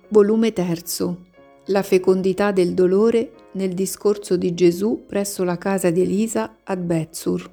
Volume 3. La fecondità del dolore nel discorso di Gesù presso la casa di Elisa ad Betzur.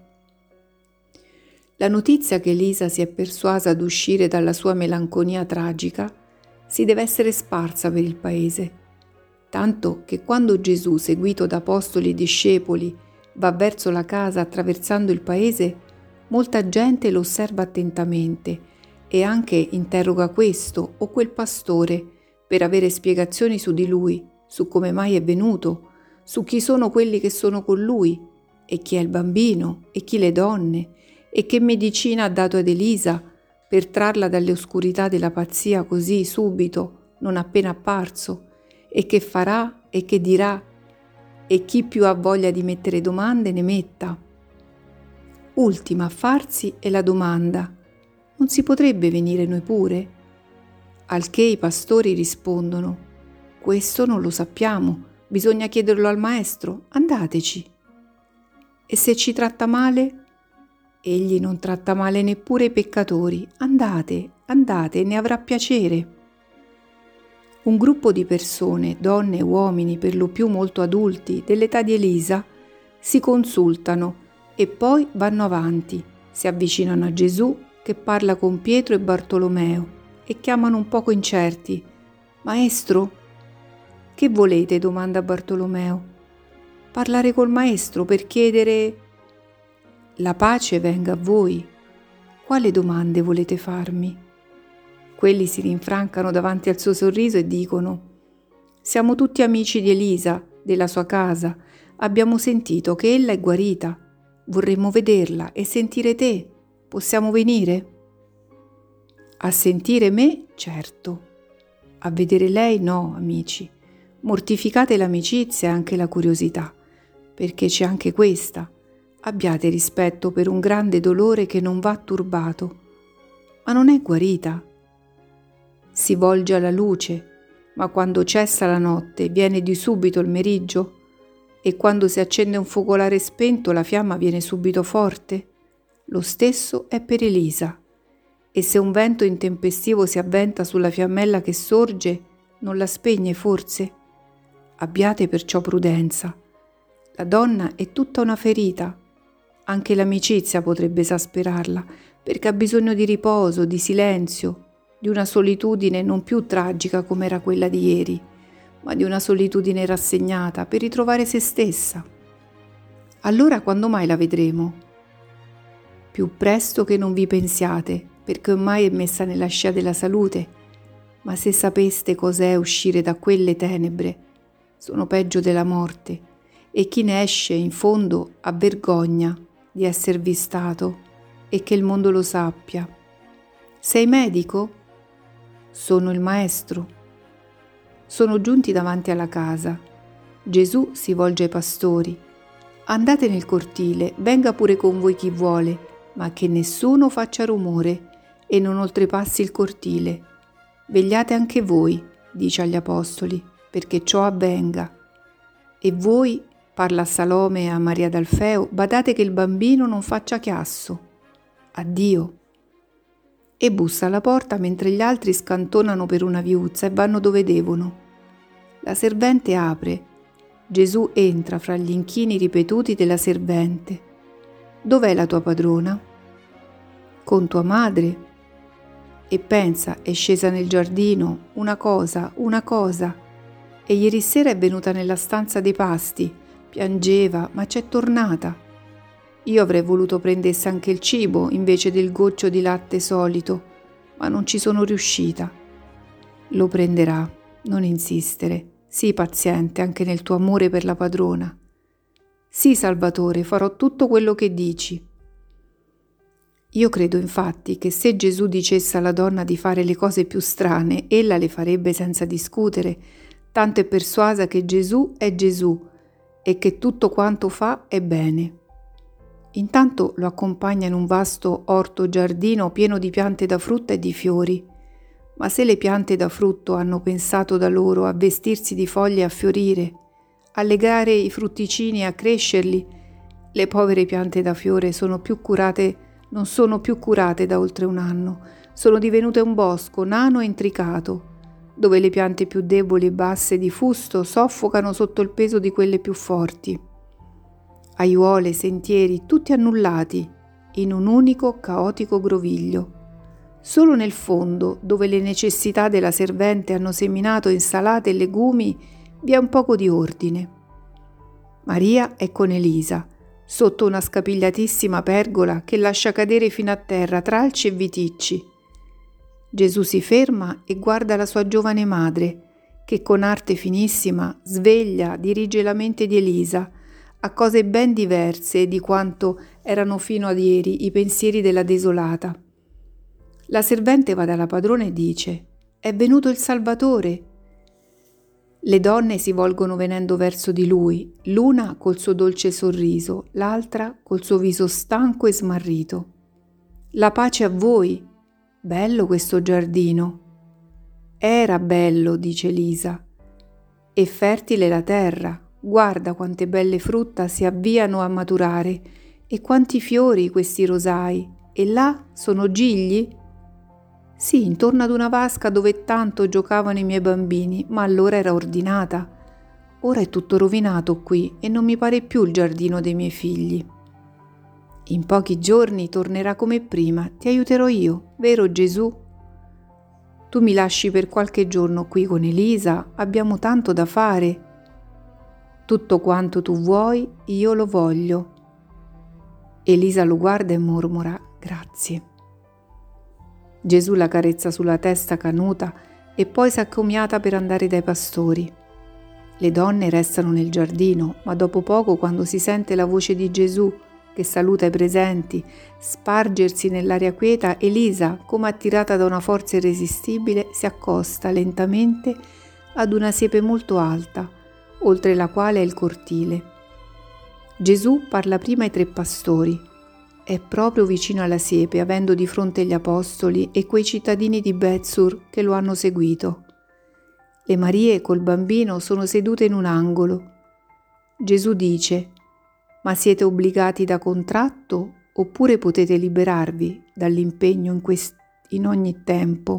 La notizia che Elisa si è persuasa ad uscire dalla sua melanconia tragica si deve essere sparsa per il paese, tanto che quando Gesù, seguito da apostoli e discepoli, va verso la casa attraversando il paese, molta gente lo osserva attentamente e anche interroga questo o quel pastore per avere spiegazioni su di lui, su come mai è venuto, su chi sono quelli che sono con lui, e chi è il bambino, e chi le donne, e che medicina ha dato ad Elisa per trarla dalle oscurità della pazzia così subito, non appena apparso, e che farà e che dirà, e chi più ha voglia di mettere domande ne metta. Ultima a farsi è la domanda: non si potrebbe venire noi pure? Al che i pastori rispondono: questo non lo sappiamo, bisogna chiederlo al maestro, andateci. E se ci tratta male? Egli non tratta male neppure i peccatori, andate, ne avrà piacere. Un gruppo di persone, donne e uomini per lo più molto adulti, dell'età di Elisa, si consultano e poi vanno avanti, si avvicinano a Gesù che parla con Pietro e Bartolomeo e chiamano un poco incerti: Maestro? Che volete? Domanda Bartolomeo. Parlare col maestro per chiedere la pace venga a voi. Quale domande volete farmi? Quelli si rinfrancano davanti al suo sorriso e dicono: siamo tutti amici di Elisa, della sua casa, abbiamo sentito che ella è guarita, vorremmo vederla e sentire te, possiamo venire? A sentire me, certo. A vedere lei, no, amici. Mortificate l'amicizia e anche la curiosità, perché c'è anche questa. Abbiate rispetto per un grande dolore che non va turbato. Ma non è guarita. Si volge alla luce, ma quando cessa la notte viene di subito il meriggio? E quando si accende un focolare spento la fiamma viene subito forte? Lo stesso è per Elisa. E se un vento intempestivo si avventa sulla fiammella che sorge, non la spegne forse? Abbiate perciò prudenza. La donna è tutta una ferita. Anche l'amicizia potrebbe esasperarla, perché ha bisogno di riposo, di silenzio, di una solitudine non più tragica come era quella di ieri, ma di una solitudine rassegnata per ritrovare se stessa. Allora quando mai la vedremo? Più presto che non vi pensiate, perché ormai è messa nella scia della salute, ma se sapeste cos'è uscire da quelle tenebre, sono peggio della morte, e chi ne esce in fondo ha vergogna di esservi stato e che il mondo lo sappia. Sei medico? Sono il maestro. Sono giunti davanti alla casa. Gesù si volge ai pastori. Andate nel cortile, venga pure con voi chi vuole, ma che nessuno faccia rumore e non oltrepassi il cortile. Vegliate anche voi, dice agli apostoli, perché ciò avvenga. E voi, parla a Salome e a Maria d'Alfeo, badate che il bambino non faccia chiasso. Addio. E bussa alla porta mentre gli altri scantonano per una viuzza e vanno dove devono. La servente apre. Gesù entra fra gli inchini ripetuti della servente. Dov'è la tua padrona? Con tua madre. E pensa, è scesa nel giardino, una cosa, e ieri sera è venuta nella stanza dei pasti, piangeva, ma c'è tornata. Io avrei voluto prendesse anche il cibo invece del goccio di latte solito, ma non ci sono riuscita. Lo prenderà, non insistere, sii paziente anche nel tuo amore per la padrona. Sì, Salvatore, farò tutto quello che dici. Io credo infatti che se Gesù dicesse alla donna di fare le cose più strane, ella le farebbe senza discutere, tanto è persuasa che Gesù è Gesù e che tutto quanto fa è bene. Intanto lo accompagna in un vasto orto giardino pieno di piante da frutta e di fiori. Ma se le piante da frutto hanno pensato da loro a vestirsi di foglie e a fiorire, a legare i frutticini e a crescerli, le povere piante da fiore non sono più curate da oltre un anno, sono divenute un bosco nano e intricato. dove le piante più deboli e basse di fusto soffocano sotto il peso di quelle più forti. Aiuole, sentieri, tutti annullati in un unico caotico groviglio. Solo nel fondo, dove le necessità della servente hanno seminato insalate e legumi, vi è un poco di ordine. Maria è con Elisa, sotto una scapigliatissima pergola che lascia cadere fino a terra tralci e viticci. Gesù si ferma e guarda la sua giovane madre, che con arte finissima sveglia, dirige la mente di Elisa a cose ben diverse di quanto erano fino ad ieri i pensieri della desolata. La servente va dalla padrona e dice: «È venuto il Salvatore!» Le donne si volgono venendo verso di lui, l'una col suo dolce sorriso, l'altra col suo viso stanco e smarrito. «La pace a voi! Bello questo giardino!» «Era bello», dice Elisa. «E fertile la terra, guarda quante belle frutta si avviano a maturare e quanti fiori questi rosai, e là sono gigli?» «Sì, intorno ad una vasca dove tanto giocavano i miei bambini, ma allora era ordinata. Ora è tutto rovinato qui e non mi pare più il giardino dei miei figli. In pochi giorni tornerà come prima, ti aiuterò io, vero Gesù? Tu mi lasci per qualche giorno qui con Elisa, abbiamo tanto da fare. Tutto quanto tu vuoi, io lo voglio». Elisa lo guarda e mormora: «Grazie». Gesù la carezza sulla testa canuta e poi si accomiata per andare dai pastori. Le donne restano nel giardino, ma dopo poco, quando si sente la voce di Gesù che saluta i presenti spargersi nell'aria quieta, Elisa, come attirata da una forza irresistibile, si accosta lentamente ad una siepe molto alta, oltre la quale è il cortile. Gesù parla prima ai 3 pastori. È proprio vicino alla siepe, avendo di fronte gli apostoli e quei cittadini di Betzur che lo hanno seguito. Le Marie col bambino sono sedute in un angolo. Gesù dice: «Ma siete obbligati da contratto oppure potete liberarvi dall'impegno in ogni tempo?»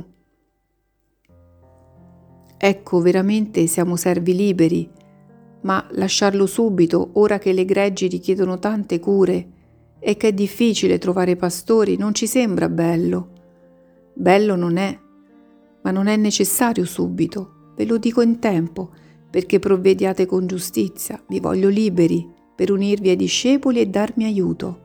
Ecco, veramente siamo servi liberi, ma lasciarlo subito, ora che le greggi richiedono tante cure e che è difficile trovare pastori, non ci sembra bello. Bello non è, ma non è necessario subito, ve lo dico in tempo, perché provvediate con giustizia, vi voglio liberi, per unirvi ai discepoli e darmi aiuto.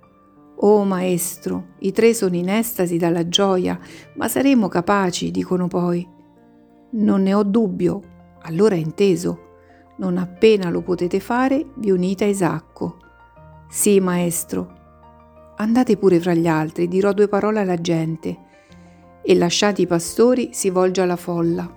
Oh Maestro, i 3 sono in estasi dalla gioia, ma saremo capaci, dicono poi. Non ne ho dubbio, allora è inteso. Non appena lo potete fare, vi unite a Isacco. Sì, Maestro. Andate pure fra gli altri, dirò 2 parole alla gente. E lasciati i pastori, si volge alla folla.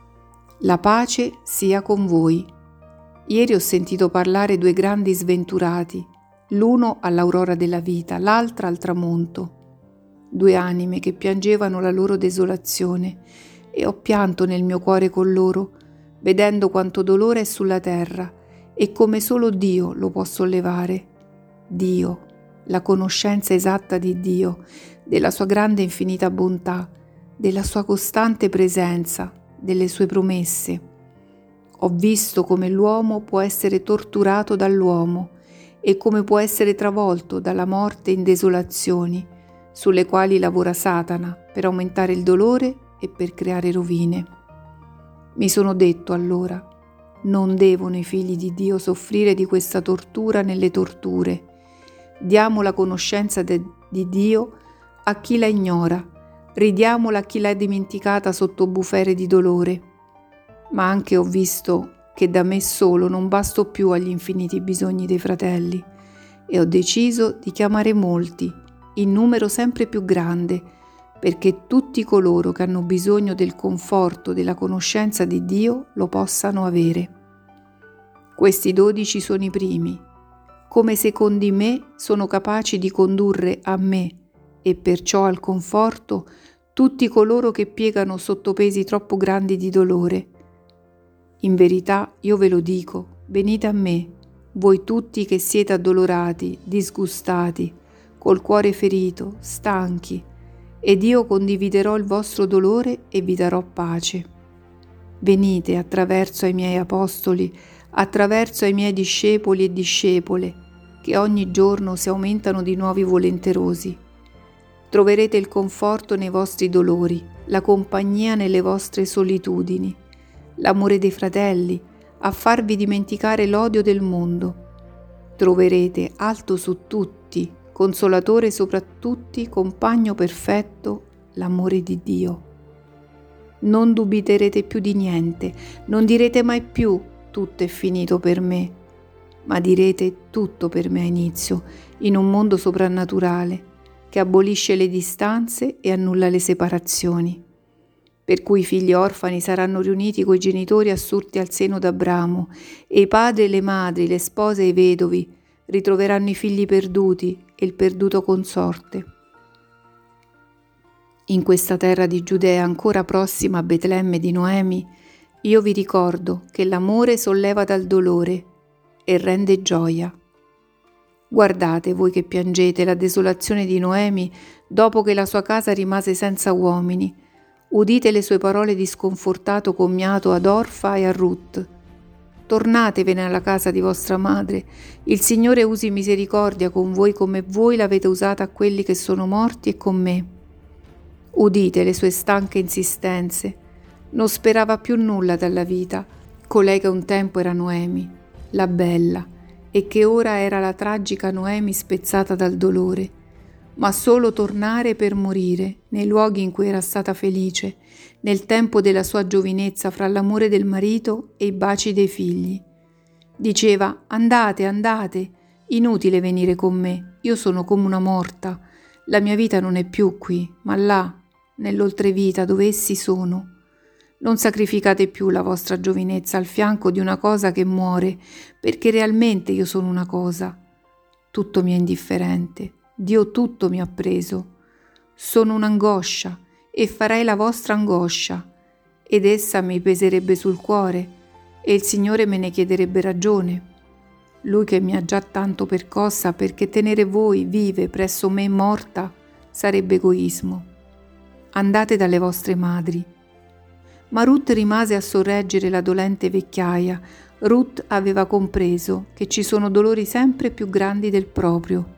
La pace sia con voi. Ieri ho sentito parlare 2 grandi sventurati, l'uno all'aurora della vita, l'altra al tramonto. 2 anime che piangevano la loro desolazione, e ho pianto nel mio cuore con loro, vedendo quanto dolore è sulla terra e come solo Dio lo può sollevare. Dio, la conoscenza esatta di Dio, della sua grande e infinita bontà, della sua costante presenza, delle sue promesse. Ho visto come l'uomo può essere torturato dall'uomo e come può essere travolto dalla morte in desolazioni, sulle quali lavora Satana per aumentare il dolore e per creare rovine. Mi sono detto allora: non devono i figli di Dio soffrire di questa tortura nelle torture. Diamo la conoscenza di Dio a chi la ignora, ridiamola a chi l'ha dimenticata sotto bufere di dolore. Ma anche ho visto che da me solo non basto più agli infiniti bisogni dei fratelli e ho deciso di chiamare molti, in numero sempre più grande, perché tutti coloro che hanno bisogno del conforto della conoscenza di Dio lo possano avere. Questi 12 sono i primi, come secondo me sono capaci di condurre a me e perciò al conforto tutti coloro che piegano sotto pesi troppo grandi di dolore. In verità io ve lo dico, venite a me, voi tutti che siete addolorati, disgustati, col cuore ferito, stanchi, ed io condividerò il vostro dolore e vi darò pace. Venite attraverso ai miei apostoli, attraverso ai miei discepoli e discepole, che ogni giorno si aumentano di nuovi volenterosi. Troverete il conforto nei vostri dolori, la compagnia nelle vostre solitudini, l'amore dei fratelli, a farvi dimenticare l'odio del mondo. Troverete alto su tutti, consolatore sopra tutti, compagno perfetto, l'amore di Dio. Non dubiterete più di niente, non direte mai più tutto è finito per me, ma direte tutto per me ha inizio in un mondo soprannaturale che abolisce le distanze e annulla le separazioni, per cui i figli orfani saranno riuniti coi genitori assurti al seno d'Abramo e i padri e le madri, le spose e i vedovi ritroveranno i figli perduti e il perduto consorte. In questa terra di Giudea ancora prossima a Betlemme di Noemi, io vi ricordo che l'amore solleva dal dolore e rende gioia. Guardate voi che piangete la desolazione di Noemi dopo che la sua casa rimase senza uomini. Udite le sue parole di sconfortato commiato ad Orfa e a Ruth. Tornatevene alla casa di vostra madre. Il Signore usi misericordia con voi come voi l'avete usata a quelli che sono morti e con me. Udite le sue stanche insistenze. Non sperava più nulla dalla vita, colei che un tempo era Noemi, la bella, e che ora era la tragica Noemi spezzata dal dolore, ma solo tornare per morire nei luoghi in cui era stata felice, nel tempo della sua giovinezza fra l'amore del marito e i baci dei figli. Diceva: andate, andate, inutile venire con me, io sono come una morta, la mia vita non è più qui, ma là, nell'oltrevita dove essi sono. Non sacrificate più la vostra giovinezza al fianco di una cosa che muore, perché realmente io sono una cosa. Tutto mi è indifferente, Dio tutto mi ha preso. Sono un'angoscia e farei la vostra angoscia, ed essa mi peserebbe sul cuore e il Signore me ne chiederebbe ragione. Lui che mi ha già tanto percossa, perché tenere voi vive presso me morta sarebbe egoismo. Andate dalle vostre madri. Ma Ruth rimase a sorreggere la dolente vecchiaia. Ruth aveva compreso che ci sono dolori sempre più grandi del proprio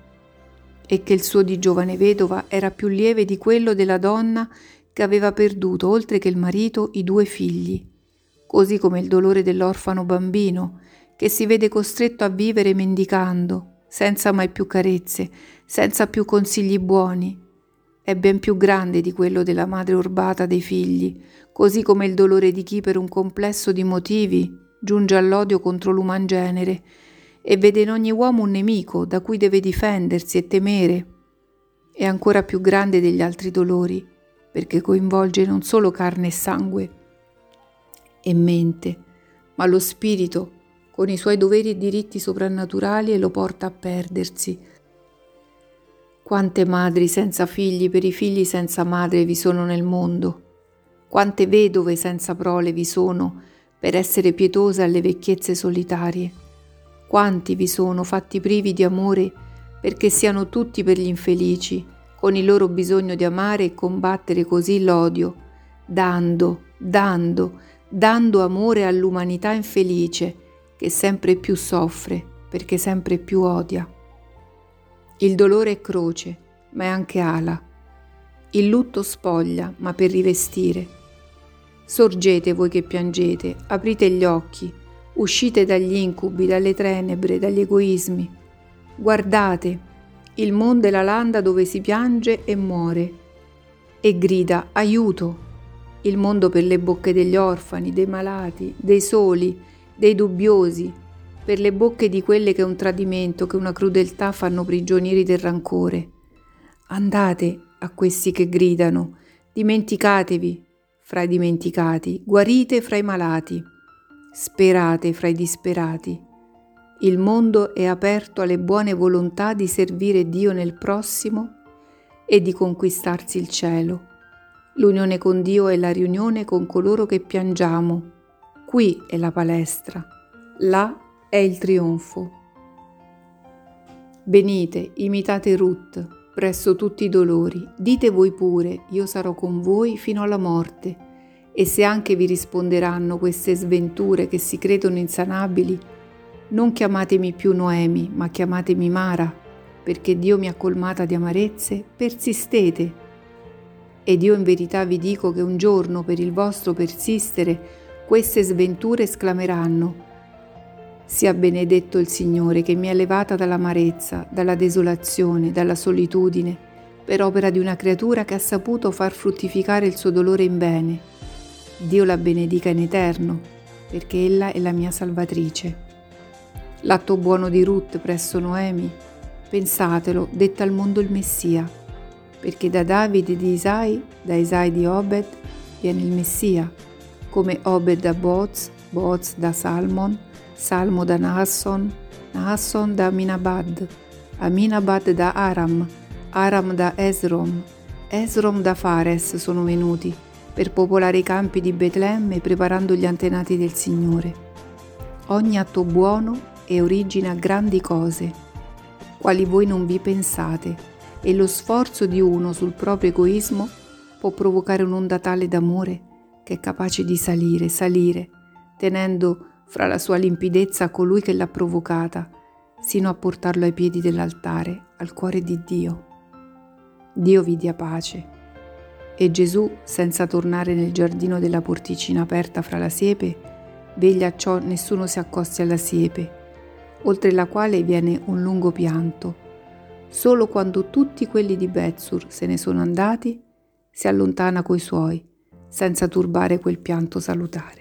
e che il suo di giovane vedova era più lieve di quello della donna che aveva perduto, oltre che il marito, i 2 figli, così come il dolore dell'orfano bambino che si vede costretto a vivere mendicando, senza mai più carezze, senza più consigli buoni. È ben più grande di quello della madre urbata dei figli, così come il dolore di chi per un complesso di motivi giunge all'odio contro l'uman genere e vede in ogni uomo un nemico da cui deve difendersi e temere. È ancora più grande degli altri dolori, perché coinvolge non solo carne e sangue e mente, ma lo spirito con i suoi doveri e diritti soprannaturali e lo porta a perdersi. Quante madri senza figli per i figli senza madre vi sono nel mondo? Quante vedove senza prole vi sono per essere pietose alle vecchiezze solitarie? Quanti vi sono fatti privi di amore perché siano tutti per gli infelici, con il loro bisogno di amare e combattere così l'odio, dando amore all'umanità infelice che sempre più soffre perché sempre più odia. Il dolore è croce, ma è anche ala. Il lutto spoglia, ma per rivestire. Sorgete voi che piangete, aprite gli occhi, uscite dagli incubi, dalle tenebre, dagli egoismi. Guardate, il mondo è la landa dove si piange e muore, e grida aiuto. Il mondo per le bocche degli orfani, dei malati, dei soli, dei dubbiosi, per le bocche di quelle che un tradimento, che una crudeltà fanno prigionieri del rancore. Andate a questi che gridano, dimenticatevi fra i dimenticati, guarite fra i malati, sperate fra i disperati. Il mondo è aperto alle buone volontà di servire Dio nel prossimo e di conquistarsi il cielo. L'unione con Dio è la riunione con coloro che piangiamo. Qui è la palestra, là è il trionfo. Venite, imitate Ruth, presso tutti i dolori, dite voi pure, io sarò con voi fino alla morte, E se anche vi risponderanno queste sventure che si credono insanabili, non chiamatemi più Noemi, ma chiamatemi Mara, perché Dio mi ha colmata di amarezze, persistete. Ed io in verità vi dico che un giorno per il vostro persistere queste sventure esclameranno: sia benedetto il Signore che mi ha levata dall'amarezza, dalla desolazione, dalla solitudine, per opera di una creatura che ha saputo far fruttificare il suo dolore in bene. Dio la benedica in eterno, perché ella è la mia salvatrice. L'atto buono di Ruth presso Noemi, pensatelo, detta al mondo il Messia, perché da Davide di Isai, da Isai di Obed, viene il Messia, come Obed da Booz, Booz da Salmon, Salmo da Naasson, Naasson da Aminabad, Aminabad da Aram, Aram da Esrom, Esrom da Fares sono venuti, per popolare i campi di Betlemme preparando gli antenati del Signore. Ogni atto buono è origine a grandi cose, quali voi non vi pensate, e lo sforzo di uno sul proprio egoismo può provocare un'onda tale d'amore che è capace di salire, tenendo fra la sua limpidezza colui che l'ha provocata, sino a portarlo ai piedi dell'altare, al cuore di Dio. Dio vi dia pace. E Gesù, senza tornare nel giardino della porticina aperta fra la siepe, veglia a ciò nessuno si accosti alla siepe, oltre la quale viene un lungo pianto. Solo quando tutti quelli di Betzur se ne sono andati, si allontana coi suoi, senza turbare quel pianto salutare.